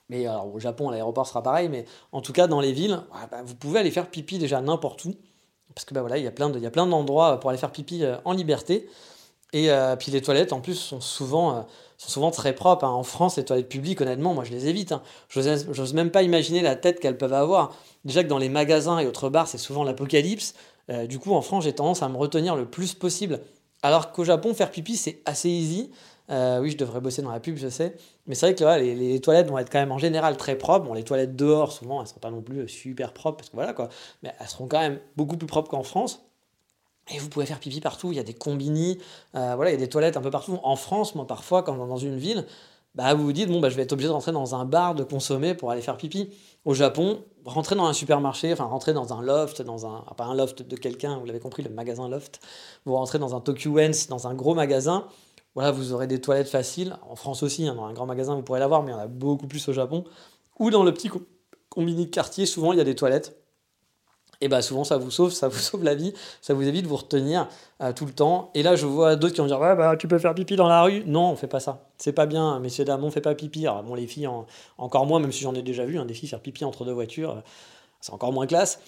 [SPEAKER 1] Mais alors, au Japon, à l'aéroport sera pareil, mais en tout cas, dans les villes, ouais, bah, vous pouvez aller faire pipi déjà n'importe où. Parce que bah, voilà, il y a plein de, il y a plein d'endroits pour aller faire pipi euh, en liberté. Et euh, puis les toilettes, en plus, sont souvent, euh, sont souvent très propres, hein. En France, les toilettes publiques, honnêtement, moi, je les évite, hein. J'ose, j'ose même pas imaginer la tête qu'elles peuvent avoir. Déjà que dans les magasins et autres bars, c'est souvent l'apocalypse. Euh, du coup, en France, j'ai tendance à me retenir le plus possible. Alors qu'au Japon, faire pipi, c'est assez easy. Euh, oui, je devrais bosser dans la pub, je sais. Mais c'est vrai que là, les, les toilettes vont être quand même en général très propres. Bon, les toilettes dehors, souvent, elles ne seront pas non plus super propres, parce que voilà quoi. Mais elles seront quand même beaucoup plus propres qu'en France. Et vous pouvez faire pipi partout, il y a des combini, euh, voilà, il y a des toilettes un peu partout. En France, moi, parfois, quand dans une ville, bah, vous vous dites, bon, bah, je vais être obligé de rentrer dans un bar, de consommer pour aller faire pipi. Au Japon, rentrer dans un supermarché, enfin, rentrer dans un loft, dans un, ah, pas un loft de quelqu'un, vous l'avez compris, le magasin loft, vous rentrez dans un Tokyo-Ens, dans un gros magasin, voilà, vous aurez des toilettes faciles. En France aussi, hein, dans un grand magasin, vous pourrez l'avoir, mais il y en a beaucoup plus au Japon. Ou dans le petit co- combini de quartier, souvent, il y a des toilettes. Et bah souvent ça vous sauve, ça vous sauve la vie, ça vous évite de vous retenir euh, tout le temps. Et là je vois d'autres qui vont dire ouais bah tu peux faire pipi dans la rue. Non, on fait pas ça. C'est pas bien, messieurs dames, on fait pas pipi. Alors bon les filles en- encore moins, même si j'en ai déjà vu, hein, des filles faire pipi entre deux voitures, euh, c'est encore moins classe.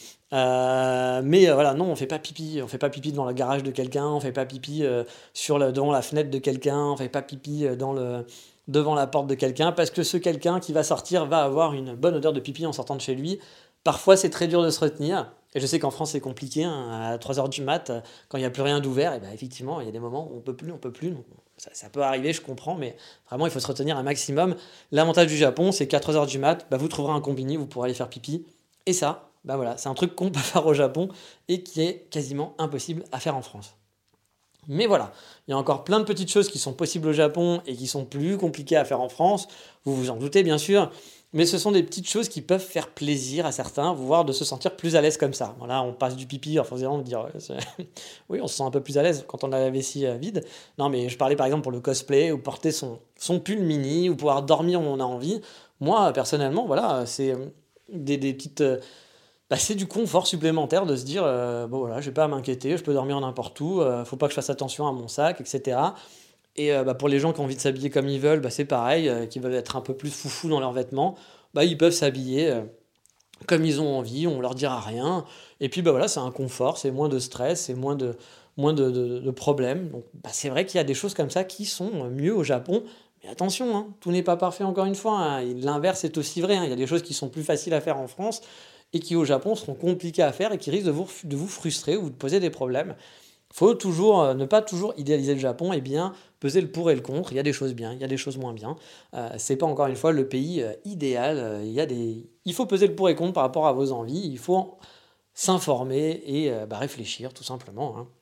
[SPEAKER 1] Euh, mais euh, voilà, non, on fait pas pipi, on fait pas pipi dans le garage de quelqu'un, on fait pas pipi euh, sur le, devant la fenêtre de quelqu'un, on fait pas pipi euh, dans le devant la porte de quelqu'un, parce que ce quelqu'un qui va sortir va avoir une bonne odeur de pipi en sortant de chez lui. Parfois, c'est très dur de se retenir. Et je sais qu'en France, c'est compliqué, hein, à trois heures du mat, euh, quand il n'y a plus rien d'ouvert, et ben effectivement, il y a des moments où on peut plus, on peut plus. Donc, ça, ça peut arriver, je comprends, mais vraiment, il faut se retenir un maximum. L'avantage du Japon, c'est qu'à trois heures du mat, bah, vous trouverez un combini, vous pourrez aller faire pipi. Et ça, bah voilà, c'est un truc qu'on peut faire au Japon et qui est quasiment impossible à faire en France. Mais voilà, il y a encore plein de petites choses qui sont possibles au Japon et qui sont plus compliquées à faire en France. Vous vous en doutez bien sûr, mais ce sont des petites choses qui peuvent faire plaisir à certains, voire de se sentir plus à l'aise comme ça. Voilà, on passe du pipi, alors forcément de dire, ouais, c'est- oui, on se sent un peu plus à l'aise quand on a la vessie euh, vide. Non, mais je parlais par exemple pour le cosplay ou porter son, son pull mini ou pouvoir dormir où on a envie. Moi, personnellement, voilà, c'est euh, des, des petites. euh, bah, c'est du confort supplémentaire de se dire, euh, bon voilà, j'ai pas à m'inquiéter, je peux dormir n'importe où, euh, faut pas que je fasse attention à mon sac, et cetera. Et euh, bah, pour les gens qui ont envie de s'habiller comme ils veulent, bah, c'est pareil, euh, qui veulent être un peu plus foufou dans leurs vêtements, bah, ils peuvent s'habiller euh, comme ils ont envie, on leur dira rien. Et puis bah, voilà, c'est un confort, c'est moins de stress, c'est moins de, moins de, de- de problèmes. Donc bah, c'est vrai qu'il y a des choses comme ça qui sont mieux au Japon. Mais attention, hein, tout n'est pas parfait encore une fois, hein. Et l'inverse est aussi vrai, hein. Il y a des choses qui sont plus faciles à faire en France et qui au Japon seront compliquées à faire et qui risquent de vous, de vous frustrer ou de poser des problèmes. Faut toujours euh, ne pas toujours idéaliser le Japon et bien peser le pour et le contre. Il y a des choses bien, il y a des choses moins bien. Euh, c'est pas encore une fois le pays euh, idéal. Euh, il y a des, il faut peser le pour et le contre par rapport à vos envies. Il faut s'informer et euh, bah, réfléchir tout simplement, hein.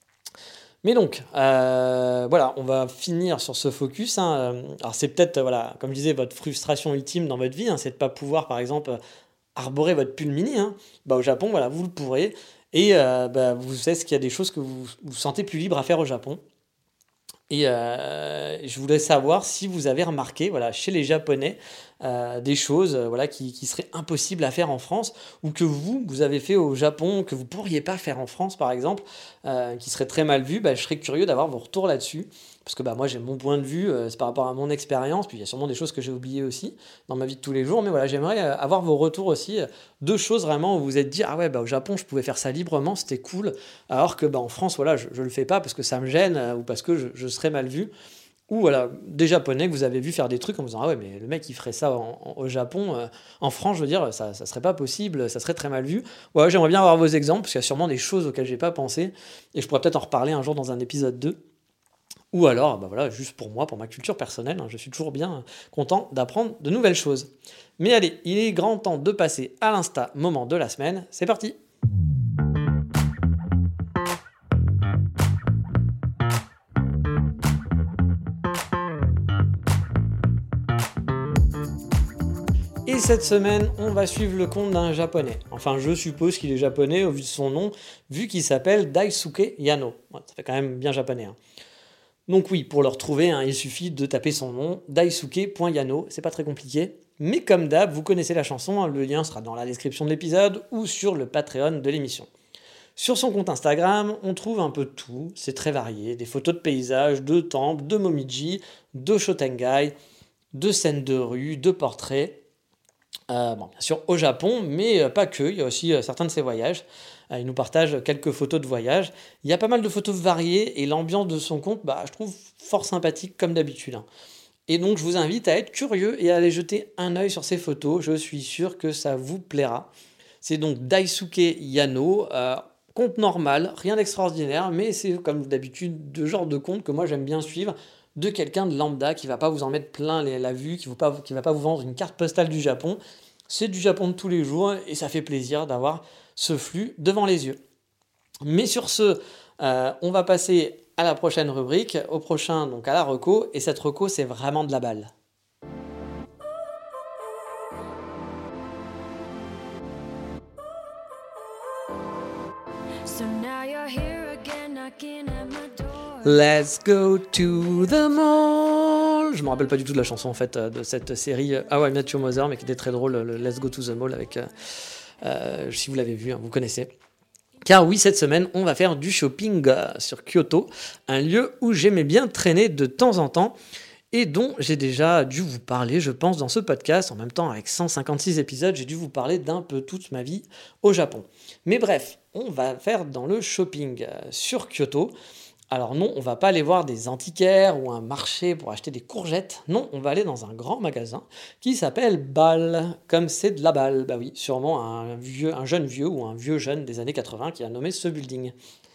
[SPEAKER 1] Mais donc, euh, voilà, on va finir sur ce focus, hein. Euh, Alors c'est peut-être, euh, voilà, comme je disais, votre frustration ultime dans votre vie, hein, c'est de ne pas pouvoir, par exemple, arborer votre pull mini, hein. Bah, au Japon, voilà, vous le pourrez. Et euh, bah, vous savez qu'il y a des choses que vous vous sentez plus libre à faire au Japon. Et euh, je voulais savoir si vous avez remarqué, voilà, chez les Japonais, euh, des choses, euh, voilà, qui, qui seraient impossibles à faire en France, ou que vous, vous avez fait au Japon, que vous pourriez pas faire en France, par exemple, euh, qui seraient très mal vues. Bah, je serais curieux d'avoir vos retours là-dessus, parce que bah, moi j'ai mon point de vue, euh, c'est par rapport à mon expérience, puis il y a sûrement des choses que j'ai oubliées aussi dans ma vie de tous les jours, mais voilà, j'aimerais euh, avoir vos retours aussi, euh, deux choses vraiment où vous vous êtes dit, ah ouais, bah, au Japon je pouvais faire ça librement, c'était cool, alors que bah, en France, voilà, je, je le fais pas parce que ça me gêne, euh, ou parce que je, je serais mal vu. Ou voilà, des Japonais que vous avez vu faire des trucs en vous disant, ah ouais, mais le mec il ferait ça en- en- au Japon, euh, en France, je veux dire, ça, ça serait pas possible, ça serait très mal vu. Ouais, j'aimerais bien avoir vos exemples, parce qu'il y a sûrement des choses auxquelles j'ai pas pensé, et je pourrais peut-être en reparler un jour dans un épisode deux. Ou alors, bah voilà, juste pour moi, pour ma culture personnelle, hein, je suis toujours bien content d'apprendre de nouvelles choses. Mais allez, il est grand temps de passer à l'insta moment de la semaine. C'est parti! Et cette semaine, on va suivre le compte d'un japonais. Enfin, je suppose qu'il est japonais au vu de son nom, vu qu'il s'appelle Daisuke Yano. Ouais, ça fait quand même bien japonais, hein. Donc oui, pour le retrouver, hein, il suffit de taper son nom, daisuke point yano, c'est pas très compliqué. Mais comme d'hab, vous connaissez la chanson, hein, le lien sera dans la description de l'épisode ou sur le Patreon de l'émission. Sur son compte Instagram, on trouve un peu de tout, c'est très varié, des photos de paysages, de temples, de momiji, de shotengai, de scènes de rue, de portraits. Euh, bon, bien sûr au Japon, mais euh, pas que, il y a aussi euh, certains de ses voyages. Euh, il nous partage quelques photos de voyage. Il y a pas mal de photos variées et l'ambiance de son compte, bah, je trouve fort sympathique comme d'habitude, hein. Et donc je vous invite à être curieux et à aller jeter un œil sur ces photos, je suis sûr que ça vous plaira. C'est donc Daisuke Yano, euh, compte normal, rien d'extraordinaire, mais c'est comme d'habitude le genre de compte que moi j'aime bien suivre, de quelqu'un de lambda qui va pas vous en mettre plein les- la vue, qui ne va, pas- qui va pas vous vendre une carte postale du Japon. C'est du Japon de tous les jours et ça fait plaisir d'avoir ce flux devant les yeux. Mais sur ce, euh, on va passer à la prochaine rubrique, au prochain, donc à la reco, et cette reco c'est vraiment de la balle.
[SPEAKER 4] So now you're here again knocking at my door.
[SPEAKER 1] Let's go to the mall. Je me rappelle pas du tout de la chanson en fait euh, de cette série euh, How I Met Your Mother, mais qui était très drôle, le Let's go to the mall avec, euh, euh, si vous l'avez vu, hein, vous connaissez. Car oui, cette semaine, on va faire du shopping euh, sur Kyoto, un lieu où j'aimais bien traîner de temps en temps et dont j'ai déjà dû vous parler, je pense, dans ce podcast. En même temps, avec cent cinquante-six épisodes, j'ai dû vous parler d'un peu toute ma vie au Japon. Mais bref, on va faire dans le shopping euh, sur Kyoto. Alors non, on va pas aller voir des antiquaires ou un marché pour acheter des courgettes. Non, on va aller dans un grand magasin qui s'appelle Bal, comme c'est de la balle. Bah oui, sûrement un, vieux, un jeune vieux ou un vieux jeune des années quatre-vingts qui a nommé ce building.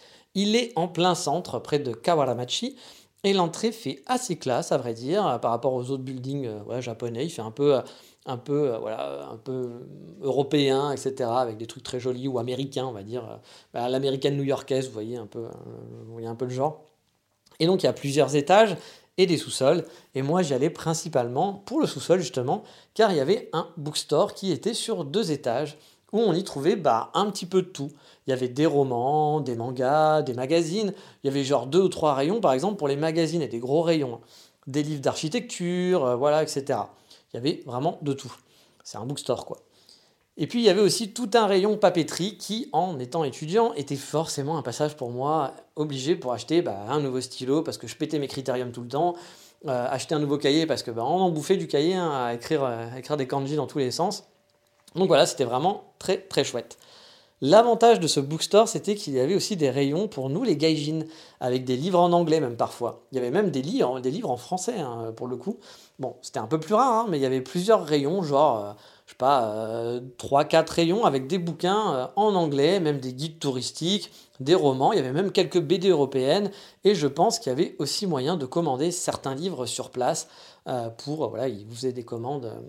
[SPEAKER 1] Il est en plein centre, près de Kawaramachi, et l'entrée fait assez classe, à vrai dire, par rapport aux autres buildings euh, ouais, japonais. Il fait un peu, euh, un peu, euh, voilà, un peu européen, et cetera, avec des trucs très jolis, ou américains, on va dire. Euh, bah, l'américaine new-yorkaise, vous voyez un peu, euh, vous voyez un peu le genre. Et donc, il y a plusieurs étages et des sous-sols. Et moi, j'y allais principalement pour le sous-sol, justement, car il y avait un bookstore qui était sur deux étages, où on y trouvait bah, un petit peu de tout. Il y avait des romans, des mangas, des magazines. Il y avait genre deux ou trois rayons, par exemple, pour les magazines, et des gros rayons. Des livres d'architecture, euh, voilà, et cetera. Il y avait vraiment de tout. C'est un bookstore, quoi. Et puis, il y avait aussi tout un rayon papeterie qui, en étant étudiant, était forcément un passage pour moi obligé pour acheter bah, un nouveau stylo, parce que je pétais mes critériums tout le temps, euh, acheter un nouveau cahier, parce que bah, on en bouffait du cahier hein, à, écrire, à écrire des kanji dans tous les sens. Donc voilà, c'était vraiment très très chouette. L'avantage de ce bookstore, c'était qu'il y avait aussi des rayons pour nous, les gaijins, avec des livres en anglais même parfois. Il y avait même des livres, des livres en français, hein, pour le coup. Bon, c'était un peu plus rare, hein, mais il y avait plusieurs rayons, genre, euh, je sais pas, euh, trois quatre rayons avec des bouquins euh, en anglais, même des guides touristiques, des romans. Il y avait même quelques B D européennes, et je pense qu'il y avait aussi moyen de commander certains livres sur place euh, pour, euh, voilà, ils vous faisaient des commandes... Euh,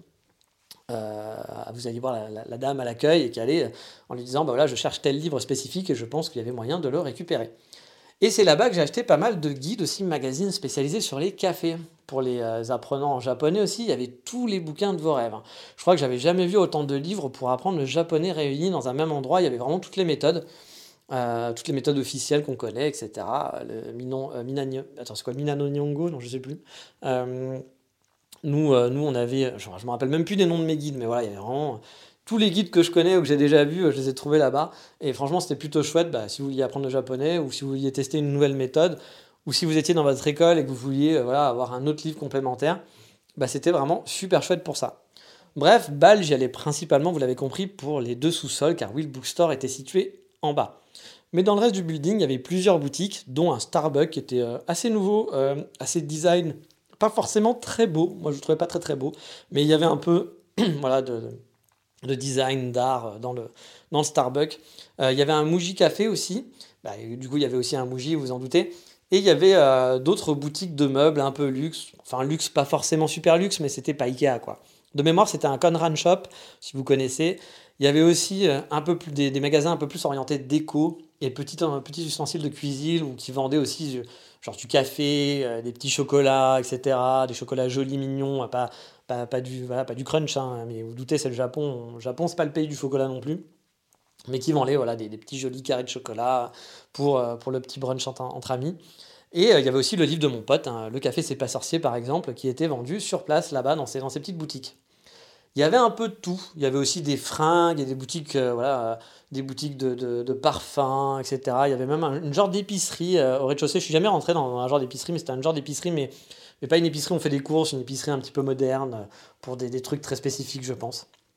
[SPEAKER 1] Euh, vous alliez voir la, la, la dame à l'accueil et qui allait en lui disant bah voilà, je cherche tel livre spécifique et je pense qu'il y avait moyen de le récupérer. Et c'est là-bas que j'ai acheté pas mal de guides aussi, magazines spécialisés sur les cafés. Pour les euh, apprenants en japonais aussi, il y avait tous les bouquins de vos rêves. Je crois que j'avais jamais vu autant de livres pour apprendre le japonais réunis dans un même endroit. Il y avait vraiment toutes les méthodes, euh, toutes les méthodes officielles qu'on connaît, et cetera. Le Minon, euh, Minano, attends, c'est quoi, Minano Nihongo? Non, je sais plus. Euh, Nous, euh, nous, on avait, je ne me rappelle même plus des noms de mes guides, mais voilà, il y avait vraiment tous les guides que je connais ou que j'ai déjà vus, je les ai trouvés là-bas. Et franchement, c'était plutôt chouette bah, si vous vouliez apprendre le japonais ou si vous vouliez tester une nouvelle méthode ou si vous étiez dans votre école et que vous vouliez euh, voilà, avoir un autre livre complémentaire. Bah, c'était vraiment super chouette pour ça. Bref, Bâle, j'y allais principalement, vous l'avez compris, pour les deux sous-sols, car oui, le bookstore était situé en bas. Mais dans le reste du building, il y avait plusieurs boutiques, dont un Starbucks qui était euh, assez nouveau, euh, assez design, pas forcément très beau, moi je le trouvais pas très très beau, mais il y avait un peu voilà, de, de design, d'art dans le, dans le Starbucks. Euh, il y avait un Muji Café aussi, bah, du coup il y avait aussi un Muji, vous vous en doutez, et il y avait euh, d'autres boutiques de meubles un peu luxe, enfin luxe pas forcément super luxe, mais c'était pas Ikea quoi. De mémoire c'était un Conran Shop, si vous connaissez. Il y avait aussi euh, un peu plus, des, des magasins un peu plus orientés déco et petits, euh, petits ustensiles de cuisine ou qui vendaient aussi euh, genre du café, euh, des petits chocolats, et cetera. Des chocolats jolis, mignons, pas, pas, pas, du, voilà, pas du crunch, hein, mais vous, vous doutez, c'est le Japon. Le Japon, c'est pas le pays du chocolat non plus, mais qui vendaient voilà, des, des petits jolis carrés de chocolat pour, euh, pour le petit brunch entre, entre amis. Et euh, il y avait aussi le livre de mon pote, hein, Le Café C'est Pas Sorcier par exemple, qui était vendu sur place là-bas dans ces, dans ces petites boutiques. Il y avait un peu de tout. Il y avait aussi des fringues et des boutiques, euh, voilà, euh, des boutiques de, de, de parfums, et cetera. Il y avait même un, une genre d'épicerie euh, au rez-de-chaussée. Je suis jamais rentré dans un genre d'épicerie, mais c'était un genre d'épicerie, mais, mais pas une épicerie où on fait des courses, une épicerie un petit peu moderne, euh, pour des, des trucs très spécifiques, je pense.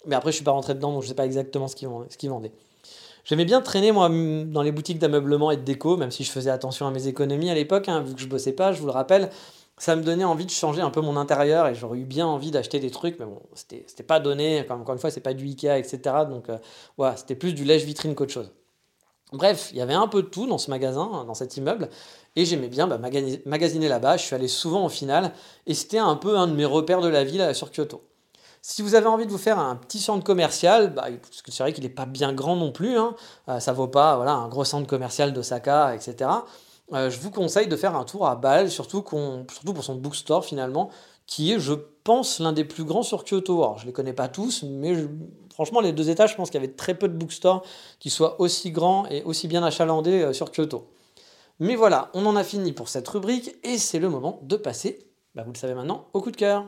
[SPEAKER 1] Mais après, je suis pas rentré dedans, donc je sais pas exactement ce qu'ils vend- ce qu'ils vendaient. J'aimais bien traîner, moi, m- dans les boutiques d'ameublement et de déco, même si je faisais attention à mes économies à l'époque, hein, vu que je bossais pas, je vous le rappelle. Ça me donnait envie de changer un peu mon intérieur et j'aurais eu bien envie d'acheter des trucs, mais bon, c'était c'était pas donné. Comme, encore une fois, c'est pas du Ikea, et cetera. Donc, euh, voilà, c'était plus du lèche-vitrine qu'autre chose. Bref, il y avait un peu de tout dans ce magasin, dans cet immeuble, et j'aimais bien bah, magani- magasiner là-bas. Je suis allé souvent au final, et c'était un peu un de mes repères de la ville euh, sur Kyoto. Si vous avez envie de vous faire un petit centre commercial, bah, parce que c'est vrai qu'il n'est pas bien grand non plus, hein, euh, ça vaut pas voilà, un gros centre commercial d'Osaka, et cetera. Euh, je vous conseille de faire un tour à Bâle, surtout, qu'on- surtout pour son bookstore finalement, qui est, je pense, l'un des plus grands sur Kyoto. Alors, je ne les connais pas tous, mais je- franchement, les deux étages, je pense qu'il y avait très peu de bookstores qui soient aussi grands et aussi bien achalandés euh, sur Kyoto. Mais voilà, on en a fini pour cette rubrique et c'est le moment de passer, bah, vous le savez maintenant, au coup de cœur.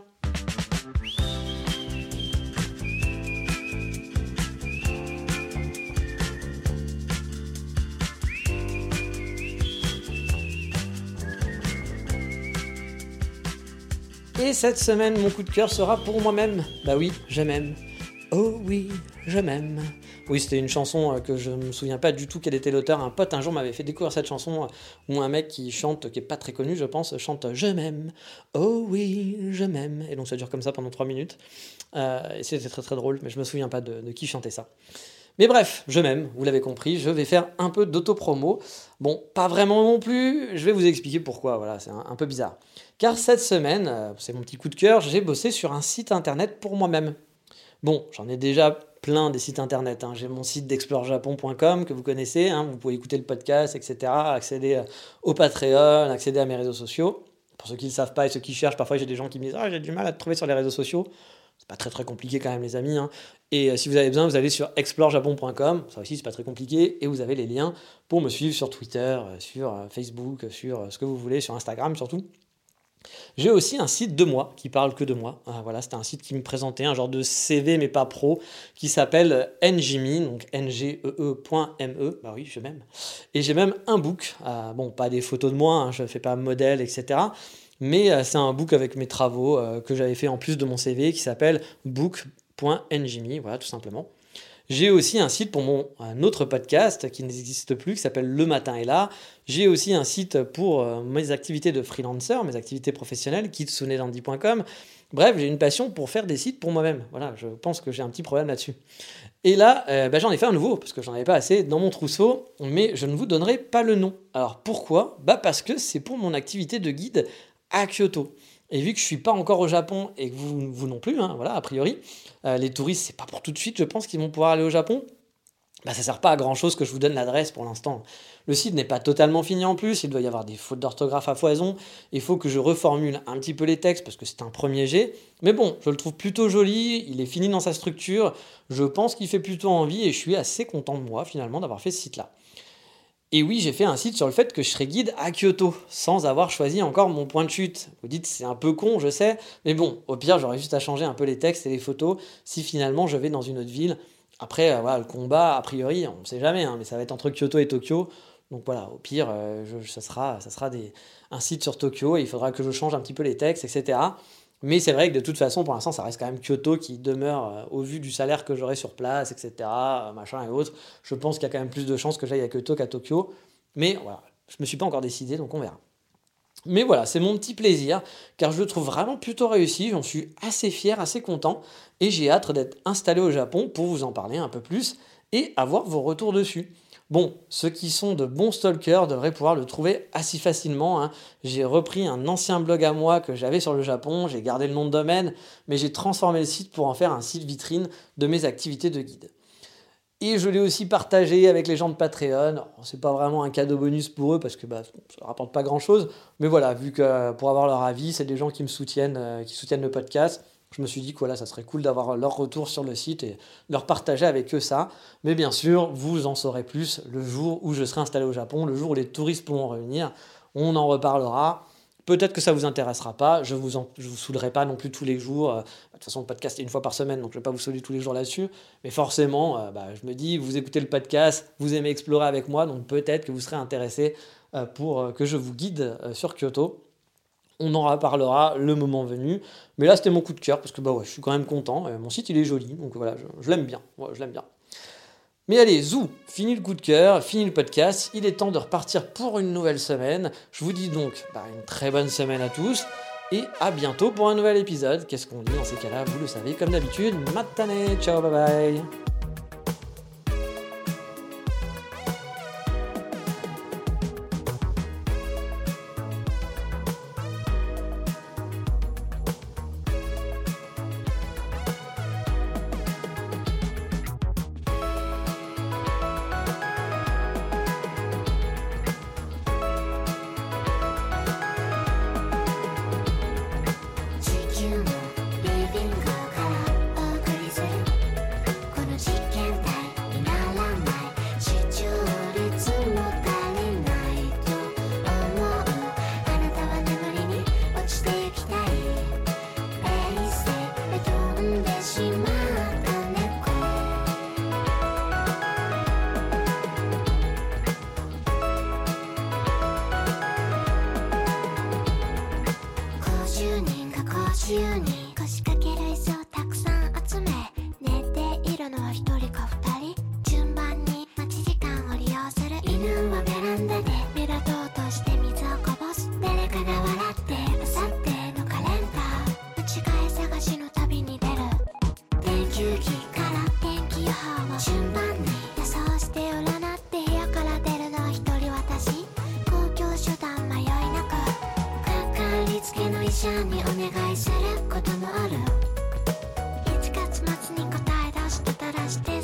[SPEAKER 1] Et cette semaine, mon coup de cœur sera pour moi-même. Bah oui, je m'aime. Oh oui, je m'aime. Oui, c'était une chanson euh, que je ne me souviens pas du tout quel était l'auteur. Un pote un jour m'avait fait découvrir cette chanson euh, où un mec qui chante, qui est pas très connu, je pense, chante Je m'aime. Oh oui, je m'aime. Et donc ça dure comme ça pendant trois minutes. Euh, et c'était très très drôle, mais je me souviens pas de, de qui chantait ça. Mais bref, je m'aime, vous l'avez compris, je vais faire un peu d'auto-promo. Bon, pas vraiment non plus, je vais vous expliquer pourquoi, voilà, c'est un, un peu bizarre. Car cette semaine, euh, c'est mon petit coup de cœur, j'ai bossé sur un site internet pour moi-même. Bon, j'en ai déjà plein des sites internet, hein. J'ai mon site d'explore japon point com que vous connaissez, hein. Vous pouvez écouter le podcast, et cetera, accéder euh, au Patreon, accéder à mes réseaux sociaux. Pour ceux qui ne le savent pas et ceux qui cherchent, parfois j'ai des gens qui me disent «Ah, j'ai du mal à te trouver sur les réseaux sociaux». C'est pas très très compliqué quand même les amis, hein. Et euh, si vous avez besoin, vous allez sur explore japon point com, ça aussi c'est pas très compliqué, et vous avez les liens pour me suivre sur Twitter, euh, sur euh, Facebook, sur euh, ce que vous voulez, sur Instagram surtout. J'ai aussi un site de moi qui parle que de moi. Ah, voilà, c'était un site qui me présentait un genre de C V mais pas pro qui s'appelle ngme, donc n g e e point m e. Bah oui, je m'aime. Et j'ai même un book. Ah, bon, pas des photos de moi, hein, je ne fais pas modèle, et cetera. Mais euh, c'est un book avec mes travaux euh, que j'avais fait en plus de mon C V qui s'appelle book point ngme, voilà, tout simplement. J'ai aussi un site pour mon un autre podcast qui n'existe plus, qui s'appelle Le Matin est là. J'ai aussi un site pour euh, mes activités de freelancer, mes activités professionnelles, kitsunedandy point com. Bref, j'ai une passion pour faire des sites pour moi-même. Voilà, je pense que j'ai un petit problème là-dessus. Et là, euh, bah, j'en ai fait un nouveau, parce que j'en avais pas assez dans mon trousseau, mais je ne vous donnerai pas le nom. Alors pourquoi ? Bah parce que c'est pour mon activité de guide à Kyoto. Et vu que je suis pas encore au Japon et que vous, vous non plus, hein, voilà, a priori, euh, les touristes, c'est pas pour tout de suite, je pense, qu'ils vont pouvoir aller au Japon. Bah, ça sert pas à grand chose que je vous donne l'adresse pour l'instant. Le site n'est pas totalement fini en plus, il doit y avoir des fautes d'orthographe à foison. Il faut que je reformule un petit peu les textes parce que c'est un premier jet. Mais bon, je le trouve plutôt joli, il est fini dans sa structure. Je pense qu'il fait plutôt envie et je suis assez content de moi finalement d'avoir fait ce site-là. Et oui, j'ai fait un site sur le fait que je serais guide à Kyoto, sans avoir choisi encore mon point de chute. Vous dites, c'est un peu con, je sais, mais bon, au pire, j'aurais juste à changer un peu les textes et les photos si finalement je vais dans une autre ville. Après, euh, voilà, le combat, a priori, on ne sait jamais, hein, mais ça va être entre Kyoto et Tokyo. Donc voilà, au pire, euh, je, ça sera, ça sera des, un site sur Tokyo et il faudra que je change un petit peu les textes, et cetera. Mais c'est vrai que de toute façon, pour l'instant, ça reste quand même Kyoto qui demeure, euh, au vu du salaire que j'aurai sur place, et cetera, euh, machin et autres. Je pense qu'il y a quand même plus de chances que j'aille à Kyoto qu'à Tokyo. Mais voilà, je ne me suis pas encore décidé, donc on verra. Mais voilà, c'est mon petit plaisir, car je le trouve vraiment plutôt réussi, j'en suis assez fier, assez content, et j'ai hâte d'être installé au Japon pour vous en parler un peu plus et avoir vos retours dessus. Bon, ceux qui sont de bons stalkers devraient pouvoir le trouver assez facilement, hein. J'ai repris un ancien blog à moi que j'avais sur le Japon, j'ai gardé le nom de domaine, mais j'ai transformé le site pour en faire un site vitrine de mes activités de guide. Et je l'ai aussi partagé avec les gens de Patreon. Alors, c'est pas vraiment un cadeau bonus pour eux parce que bah, ça rapporte pas grand chose. Mais voilà, vu que pour avoir leur avis, c'est des gens qui me soutiennent, euh, qui soutiennent le podcast. Je me suis dit que voilà, ça serait cool d'avoir leur retour sur le site et leur partager avec eux ça. Mais bien sûr, vous en saurez plus le jour où je serai installé au Japon, le jour où les touristes pourront revenir. On en reparlera. Peut-être que ça vous intéressera pas, je vous en, je vous saoulerai pas non plus tous les jours. Euh, de toute façon, le podcast est une fois par semaine, donc je vais pas vous saouler tous les jours là-dessus. Mais forcément, euh, bah, je me dis, vous écoutez le podcast, vous aimez explorer avec moi, donc peut-être que vous serez intéressé euh, pour euh, que je vous guide euh, sur Kyoto. On en reparlera le moment venu. Mais là, c'était mon coup de cœur parce que bah ouais, je suis quand même content. Mon site, il est joli, donc voilà, je, je l'aime bien. Ouais, je l'aime bien. Mais allez, zou, fini le coup de cœur, fini le podcast. Il est temps de repartir pour une nouvelle semaine. Je vous dis donc bah, une très bonne semaine à tous. Et à bientôt pour un nouvel épisode. Qu'est-ce qu'on dit dans ces cas-là? Vous le savez, comme d'habitude. Matane, ciao, bye bye.
[SPEAKER 5] 自由に腰掛ける椅子をたくさん集め寝ているのは一人か二人順番に待ち時間を利用する犬はベランダでミラーと落として水をこぼす誰かが笑ってあさってのカレンダー間違い探しの旅に出る定休日から天気予報を順番に予想して占って部屋から出るのは一人私公共手段迷いなくかかりつけの医者にお願いすることもあるいちがつ末に答え出してたらして